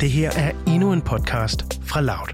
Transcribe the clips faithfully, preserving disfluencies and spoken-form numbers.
Det her er endnu en podcast fra Loud.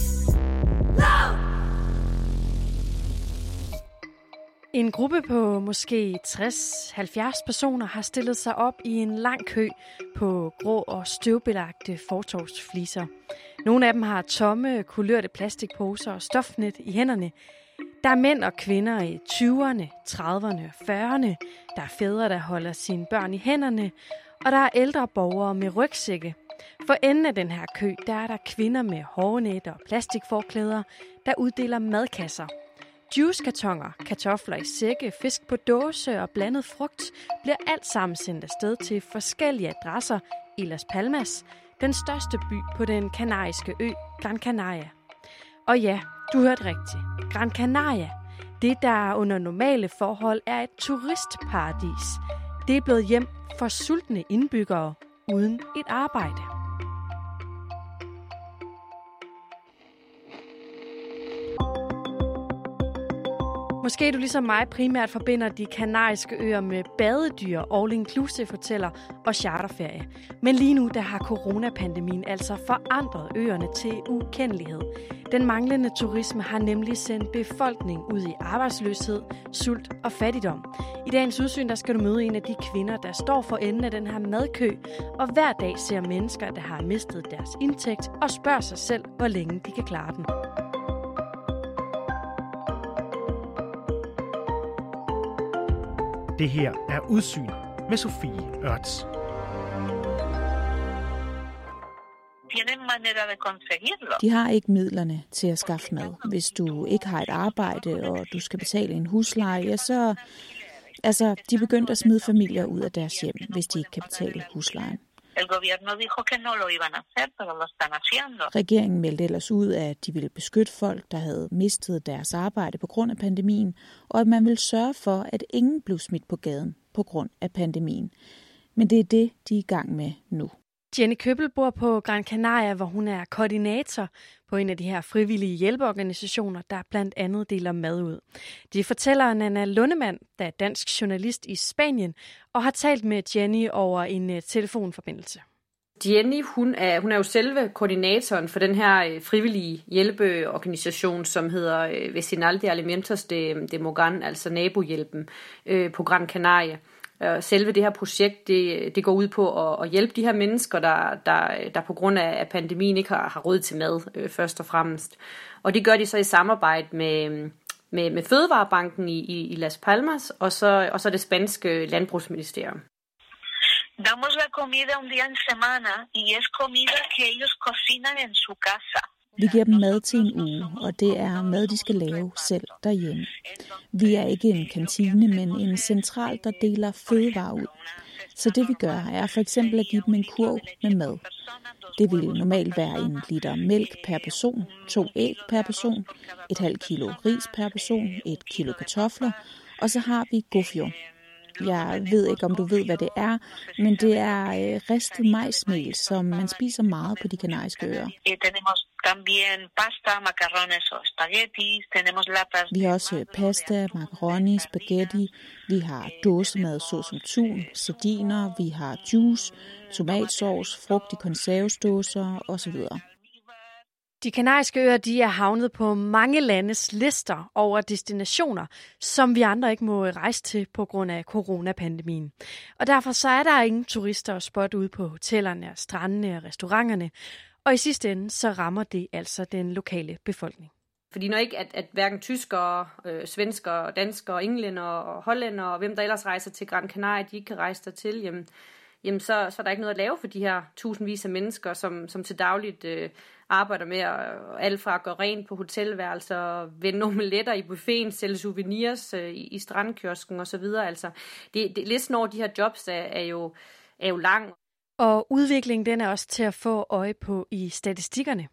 En gruppe på måske tres til halvfjerds personer har stillet sig op i en lang kø på grå og støvbelagte fortovsfliser. Nogle af dem har tomme, kulørte plastikposer og stofnet i hænderne. Der er mænd og kvinder i tyverne, trediverne og fyrrerne. Der er fædre, der holder sine børn i hænderne. Og der er ældre borgere med rygsække. For enden af den her kø, der er der kvinder med hårnet og plastikforklæder, der uddeler madkasser. Juicekartoner, kartofler i sække, fisk på dåse og blandet frugt bliver alt sammen sendt afsted til forskellige adresser i Las Palmas, den største by på den kanariske ø Gran Canaria. Og ja, du hørte rigtigt. Gran Canaria, det der under normale forhold er et turistparadis. Det er blevet hjem for sultne indbyggere uden et arbejde. Måske du ligesom mig primært forbinder de kanariske øer med badedyr, all-inclusive hoteller og charterferie. Men lige nu der har coronapandemien altså forandret øerne til ukendelighed. Den manglende turisme har nemlig sendt befolkningen ud i arbejdsløshed, sult og fattigdom. I dagens udsyn der skal du møde en af de kvinder, der står for enden af den her madkø, og hver dag ser mennesker, der har mistet deres indtægt, og spørger sig selv, hvor længe de kan klare den. Det her er Udsyn med Sofie Ørts. De har ikke midlerne til at skaffe mad. Hvis du ikke har et arbejde, og du skal betale en husleje, ja, så... Altså, de begyndte at smide familier ud af deres hjem, hvis de ikke kan betale huslejen. Regeringen meldte ellers ud, at de ville beskytte folk, der havde mistet deres arbejde på grund af pandemien, og at man ville sørge for, at ingen blev smidt på gaden på grund af pandemien. Men det er det, de er i gang med nu. Jenny Køppel bor på Gran Canaria, hvor hun er koordinator på en af de her frivillige hjælpeorganisationer, der blandt andet deler mad ud. De fortæller Nana Lundemann, der er dansk journalist i Spanien, og har talt med Jenny over en uh, telefonforbindelse. Jenny, hun er, hun er jo selve koordinatoren for den her frivillige hjælpeorganisation, som hedder Vecinal de Alimentos de, de Mogan, altså nabohjælpen øh, på Gran Canaria. Selve det her projekt, det, det går ud på at, at hjælpe de her mennesker, der, der, der på grund af pandemien ikke har, har råd til mad, øh, først og fremmest. Og det gør de så i samarbejde med, med, med Fødevarebanken i, i, i Las Palmas, og så, og så det spanske landbrugsministerium. Damos la comida un día en semana y es comida que ellos cocinan en su casa. Vi giver dem mad til en uge, og det er mad, de skal lave selv derhjemme. Vi er ikke en kantine, men en central, der deler fødevarer ud. Så det vi gør, er for eksempel at give dem en kurv med mad. Det vil normalt være en liter mælk per person, to æg per person, et halvt kilo ris per person, et kilo kartofler, og så har vi gofio. Jeg ved ikke, om du ved, hvad det er, men det er øh, ristet majsmel, som man spiser meget på de kanariske øer. Vi har også pasta, macaroni, spaghetti. Vi har dåsemad såsom tun, sardiner. Vi har juice, tomatsauce, frugt i konservesdåser osv. De kanariske øer de er havnet på mange landes lister over destinationer, som vi andre ikke må rejse til på grund af coronapandemien. Og derfor så er der ingen turister og spot ude på hotellerne, strandene og restauranterne. Og i sidste ende så rammer det altså den lokale befolkning. Fordi når ikke, at, at hverken tyskere, øh, svenskere, danskere, englænder og hollænder og hvem der ellers rejser til Gran Canaria, de ikke kan rejse dertil, jamen, jamen så, så er der ikke noget at lave for de her tusindvis af mennesker, som, som til dagligt øh, arbejder med at, alt fra at gøre rent på hotelværelser, vende omeletter i buffeten, sælge souvenirs øh, i, i strandkiosken osv. Altså, det, det, listen over de her jobs er, er, jo, er jo lang. Og udviklingen den er også til at få øje på i statistikkerne.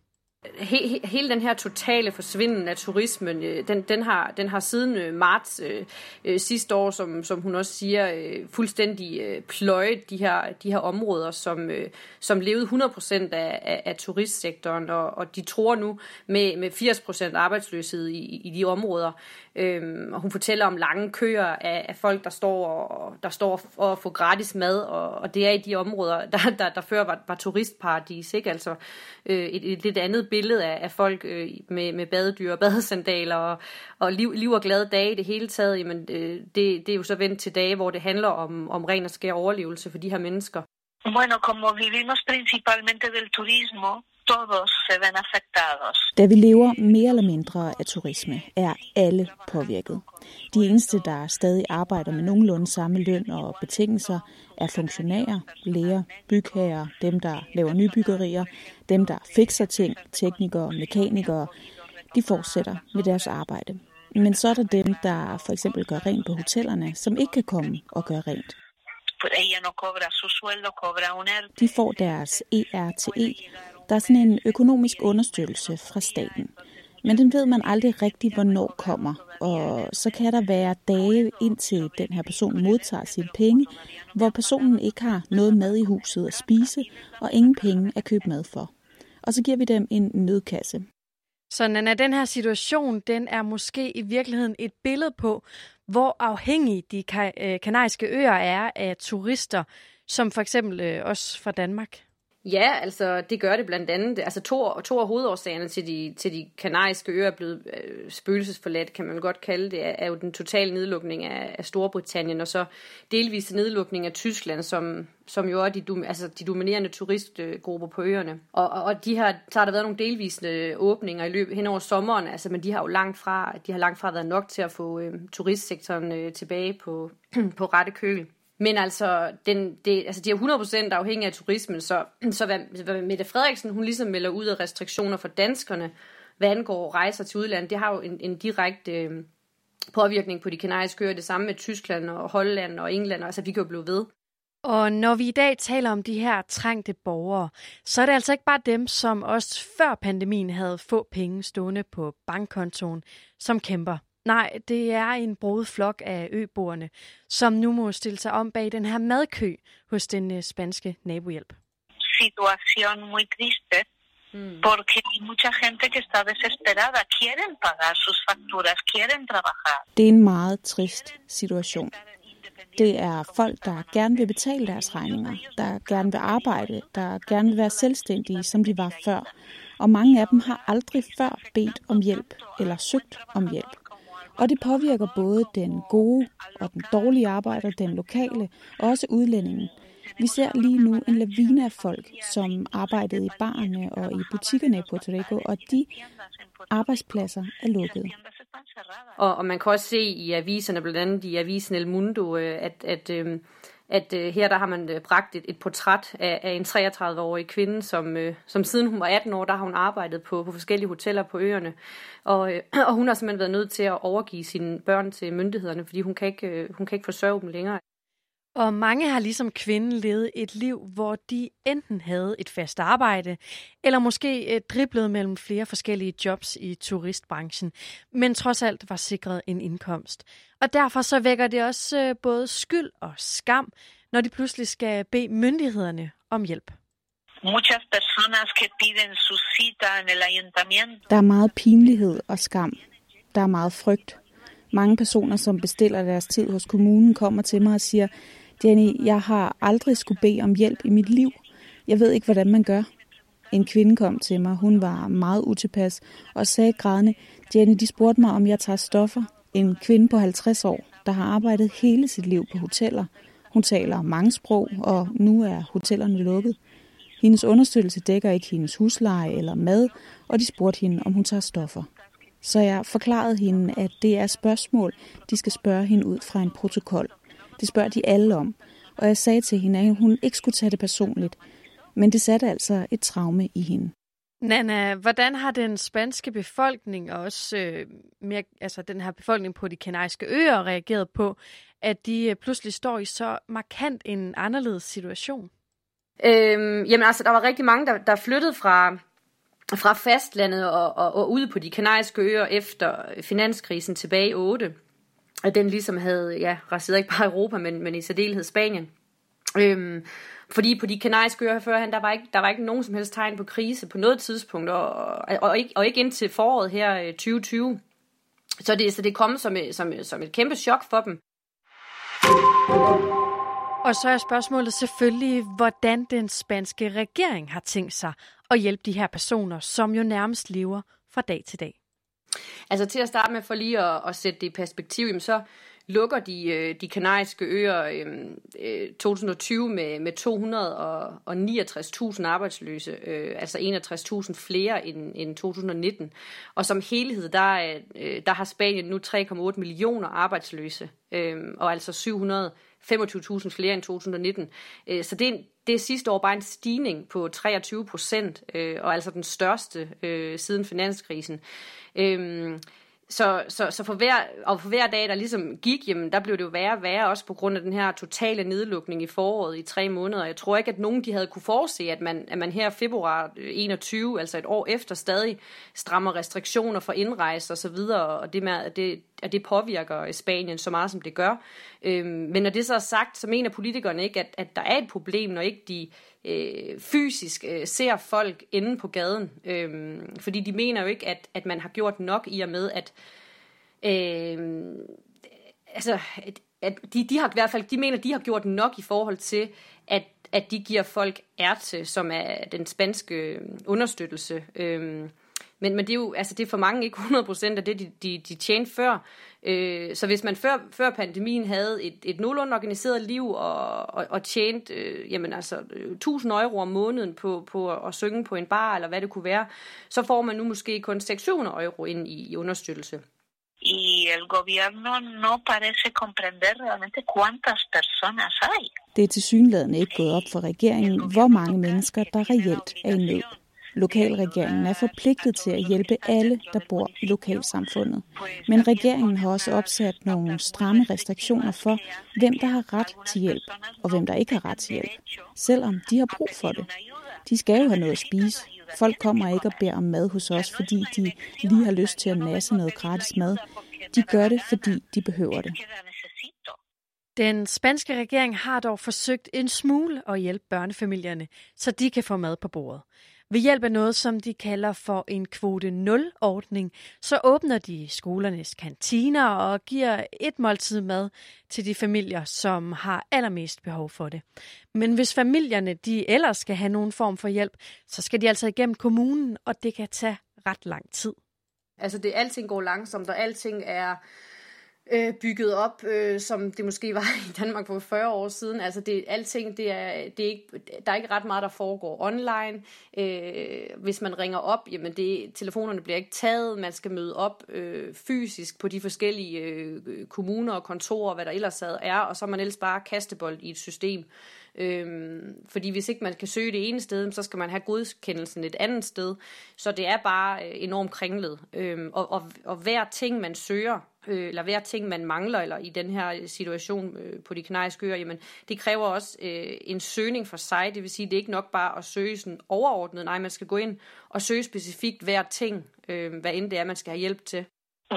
He, hele den her totale forsvinden af turismen, den, den, har, den har siden marts øh, sidste år, som, som hun også siger, øh, fuldstændig øh, pløjet de her, de her områder, som, øh, som levede hundrede procent af, af, af turistsektoren, og, og de tror nu med, med firs procent arbejdsløshed i, i de områder. Øhm, og hun fortæller om lange køer af, af folk, der står og, der står og får gratis mad, og, og det er i de områder, der, der, der før var, var turistparadis, ikke? Altså øh, et, et lidt andet billede af, af folk øh, med, med badedyr og badesandaler og, og liv, liv og glade dage i det hele taget. Jamen, øh, det, det er jo så vendt til dage, hvor det handler om, om ren og skær overlevelse for de her mennesker. Bueno, como vivimos principalmente del turismo, todos se ven afectados. Da vi lever mere eller mindre af turisme, er alle påvirket. De eneste, der stadig arbejder med nogenlunde samme løn og betingelser, er funktionærer, læger, bygherrer, dem, der laver nybyggerier, dem, der fikser ting, teknikere, mekanikere. De fortsætter med deres arbejde. Men så er der dem, der for eksempel gør rent på hotellerne, som ikke kan komme og gøre rent. De får deres E R T E. Der er sådan en økonomisk understøttelse fra staten. Men den ved man aldrig rigtigt, hvornår kommer. Og så kan der være dage, indtil den her person modtager sine penge, hvor personen ikke har noget mad i huset at spise, og ingen penge at købe mad for. Og så giver vi dem en nødkasse. Så Nanna, den her situation, den er måske i virkeligheden et billede på, hvor afhængige de kanariske øer er af turister, som for eksempel også fra Danmark. Ja, altså det gør det blandt andet. Altså to, to af hovedårsagerne til de, til de kanariske øer er blevet øh, spøgelsesforladt, kan man godt kalde det, er, er jo den totale nedlukning af, af Storbritannien, og så delvis nedlukning af Tyskland, som, som jo er de, altså de dominerende turistgrupper på øerne. Og, og, og de her, så har der været nogle delvise åbninger i løbet hen over sommeren, altså, men de har jo langt fra, de har langt fra været nok til at få øh, turistsektoren øh, tilbage på, på rette køl. Men altså, den, det, altså de er hundrede procent afhængige af turismen, så, så hvad, hvad Mette Frederiksen, hun ligesom melder ud af restriktioner for danskerne, hvad angår rejser til udlandet, det har jo en, en direkte øh, påvirkning på de kanariske øer, det samme med Tyskland og Holland og England, altså vi kan jo blive ved. Og når vi i dag taler om de her trængte borgere, så er det altså ikke bare dem, som også før pandemien havde få penge stående på bankkontoen, som kæmper. Nej, det er en broget flok af øboerne, som nu må stille sig om bag den her madkø hos den spanske nabohjælp. Situación muy triste, porque hay mucha gente que está desesperada, quieren pagar sus facturas, quieren trabajar. Det er en meget trist situation. Det er folk, der gerne vil betale deres regninger, der gerne vil arbejde, der gerne vil være selvstændige, som de var før. Og mange af dem har aldrig før bedt om hjælp eller søgt om hjælp. Og det påvirker både den gode og den dårlige arbejder, den lokale og også udlændingen. Vi ser lige nu en lavine af folk, som arbejdede i barerne og i butikkerne i Puerto Rico, og de arbejdspladser er lukkede. Og, og man kan også se i aviserne, blandt andet i avisen El Mundo, at, at, at, at her der har man bragt et, et portræt af, af en treogtredive-årig kvinde, som, som siden hun var atten år, der har hun arbejdet på, på forskellige hoteller på øerne. Og, og hun har simpelthen været nødt til at overgive sine børn til myndighederne, fordi hun kan ikke, hun kan ikke forsørge dem længere. Og mange har ligesom kvinden levet et liv, hvor de enten havde et fast arbejde, eller måske driblede mellem flere forskellige jobs i turistbranchen, men trods alt var sikret en indkomst. Og derfor så vækker det også både skyld og skam, når de pludselig skal bede myndighederne om hjælp. Muchas personas que piden su cita en el ayuntamiento. Der er meget pinlighed og skam. Der er meget frygt. Mange personer, som bestiller deres tid hos kommunen, kommer til mig og siger, Jenny, jeg har aldrig skulle bede om hjælp i mit liv. Jeg ved ikke, hvordan man gør. En kvinde kom til mig. Hun var meget utilpas og sagde grædende, Jenny, de spurgte mig, om jeg tager stoffer. En kvinde på halvtreds år, der har arbejdet hele sit liv på hoteller. Hun taler mange sprog, og nu er hotellerne lukket. Hendes understøttelse dækker ikke hendes husleje eller mad, og de spurgte hende, om hun tager stoffer. Så jeg forklarede hende, at det er spørgsmål, de skal spørge hende ud fra en protokol. Det spørger de alle om, og jeg sagde til hende, at hun ikke skulle tage det personligt. Men det satte altså et traume i hende. Nanna, hvordan har den spanske befolkning og også øh, mere, altså den her befolkning på de kanariske øer reageret på, at de øh, pludselig står i så markant en anderledes situation? Øhm, jamen altså, der var rigtig mange, der, der flyttede fra, fra fastlandet og, og, og ud på de kanariske øer efter finanskrisen tilbage i otte, at den ligesom havde ja, raseret ikke bare Europa, men, men i særdeleshed Spanien. Øhm, fordi på de kanariske øer førhen, der var ikke der var ikke nogen som helst tegn på krise på noget tidspunkt, og, og, og, ikke, og ikke indtil foråret her tyve tyve. Så det, så det er kommet som et, som, som et kæmpe chok for dem. Og så er spørgsmålet selvfølgelig, hvordan den spanske regering har tænkt sig at hjælpe de her personer, som jo nærmest lever fra dag til dag. Altså til at starte med, for lige at, at sætte det i perspektiv, så lukker de, de kanariske øer øh, to tusind og tyve med, med to hundrede og niogtres tusind arbejdsløse, øh, altså enogtres tusind flere end, end to tusind og nitten. Og som helhed, der, øh, der har Spanien nu tre komma otte millioner arbejdsløse, øh, og altså syv hundrede og femogtyve tusind flere end to tusind og nitten. Øh, så det er, det er sidste år bare en stigning på treogtyve procent, øh, og altså den største øh, siden finanskrisen. Øh, Så, så, så for, hver, og for hver dag, der ligesom gik, jamen, der blev det jo værre og værre, også på grund af den her totale nedlukning i foråret i tre måneder. Jeg tror ikke, at nogen de havde kunne forudse, at man, at man her februar enogtyve, altså et år efter, stadig strammer restriktioner for indrejse og så videre, og det, med, at det, at det påvirker Spanien så meget, som det gør. Øhm, men når det så er sagt, så mener politikerne ikke, at, at der er et problem, når ikke de øh, fysisk øh, ser folk inde på gaden. Øhm, fordi de mener jo ikke, at, at man har gjort nok i og med, at øh, altså, at, at de, de har i hvert fald, de mener, de har gjort nok i forhold til, at, at de giver folk ærte, som er den spanske understøttelse. Øhm, Men, men det er jo altså det er for mange ikke hundrede procent af det, de, de, de tjente før. Øh, så hvis man før, før pandemien havde et, et nogenlunde organiseret liv og, og, og tjente øh, jamen altså, tusind euro om måneden på, på at, at synge på en bar, eller hvad det kunne være, så får man nu måske kun seks til syv hundrede euro ind i, i understøttelse. Y el gobierno no parece comprender realmente cuántas personas hay. Det er tilsyneladende ikke gået op for regeringen, hvor mange mennesker, der reelt er i nød. Lokalregeringen er forpligtet til at hjælpe alle, der bor i lokalsamfundet. Men regeringen har også opsat nogle stramme restriktioner for, hvem der har ret til hjælp, og hvem der ikke har ret til hjælp, selvom de har brug for det. De skal jo have noget at spise. Folk kommer ikke og beder om mad hos os, fordi de lige har lyst til at nasse noget gratis mad. De gør det, fordi de behøver det. Den spanske regering har dog forsøgt en smule at hjælpe børnefamilierne, så de kan få mad på bordet. Ved hjælp af noget, som de kalder for en kvote nul-ordning, så åbner de skolernes kantiner og giver et måltid mad til de familier, som har allermest behov for det. Men hvis familierne de ellers skal have nogen form for hjælp, så skal de altså igennem kommunen, og det kan tage ret lang tid. Altså det alting går langsomt, og alting er øh, bygget op, øh, som det måske var i Danmark for fyrre år siden. Altså det, alting, det er, det er ikke, der er ikke ret meget, der foregår online. Øh, hvis man ringer op, jamen det, telefonerne bliver ikke taget, man skal møde op øh, fysisk på de forskellige øh, kommuner og kontorer, hvad der ellers er, og så er man ellers bare kastebold i et system. Øhm, fordi hvis ikke man kan søge det ene sted, så skal man have godkendelsen et andet sted. Så det er bare øh, enormt kringlet. Øhm, og, og, og hver ting man søger, øh, eller hver ting man mangler, eller i den her situation øh, på de kanariske øer, jamen det kræver også øh, en søgning for sig. Det vil sige, det er ikke nok bare at søge sådan overordnet. Nej, man skal gå ind og søge specifikt hver ting, øh, hvad end det er, man skal have hjælp til.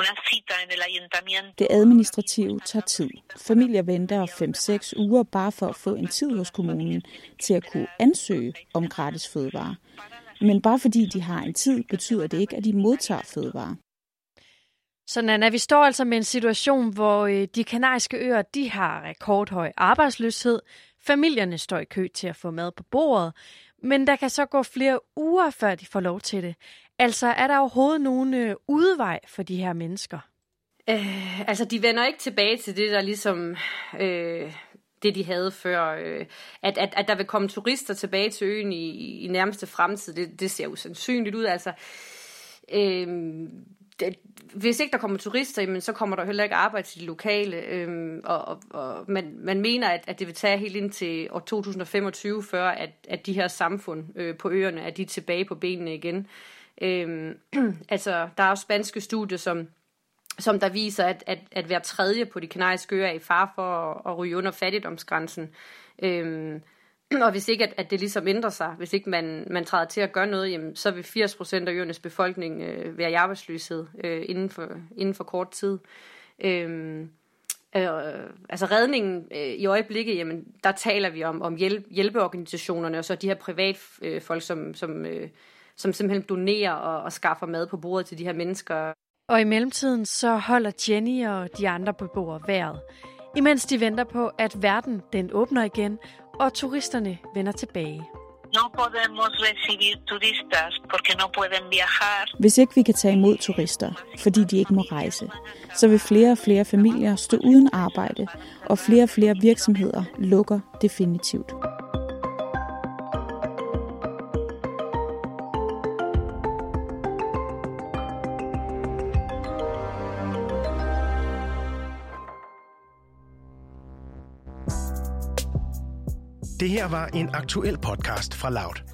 Det administrative tager tid. Familier venter fem til seks uger bare for at få en tid hos kommunen til at kunne ansøge om gratis fødevarer. Men bare fordi de har en tid, betyder det ikke, at de modtager fødevarer. Så Nana, vi står altså med en situation, hvor de kanariske øer de har rekordhøj arbejdsløshed. Familierne står i kø til at få mad på bordet, men der kan så gå flere uger, før de får lov til det. Altså, er der overhovedet nogen øh, udvej for de her mennesker? Øh, altså, de vender ikke tilbage til det, der ligesom øh, det, de havde før. Øh, at, at, at der vil komme turister tilbage til øen i, i nærmeste fremtid, det, det ser jo sandsynligt ud. Altså, øh, det, hvis ikke der kommer turister, jamen, så kommer der heller ikke arbejde til de lokale. Øh, og, og, og man, man mener, at, at det vil tage helt ind til år to tusind og femogtyve, før at, at de her samfund øh, på øerne, at de er tilbage på benene igen. Øhm, altså, der er jo spanske studier, som, som der viser, at, at, at hver tredje på de kanariske øer er i fare for at, at ryge under fattigdomsgrænsen. Øhm, Og hvis ikke, at, at det ligesom ændrer sig, hvis ikke man, man træder til at gøre noget, jamen, så vil firs procent af øernes befolkning øh, være i arbejdsløshed øh, inden, for, inden for kort tid. Øh, øh, altså redningen øh, i øjeblikket, jamen, der taler vi om, om hjælp, hjælpeorganisationerne, og så de her privatfolk, som, som, øh, som simpelthen donerer og, og skaffer mad på bordet til de her mennesker. Og i mellemtiden så holder Jenny og de andre beboere vejret, imens de venter på, at verden den åbner igen, og turisterne vender tilbage. No podemos recibir turistas porque no pueden viajar. Hvis ikke vi kan tage imod turister, fordi de ikke må rejse, så vil flere og flere familier stå uden arbejde, og flere og flere virksomheder lukker definitivt. Det her var en aktuel podcast fra Loud.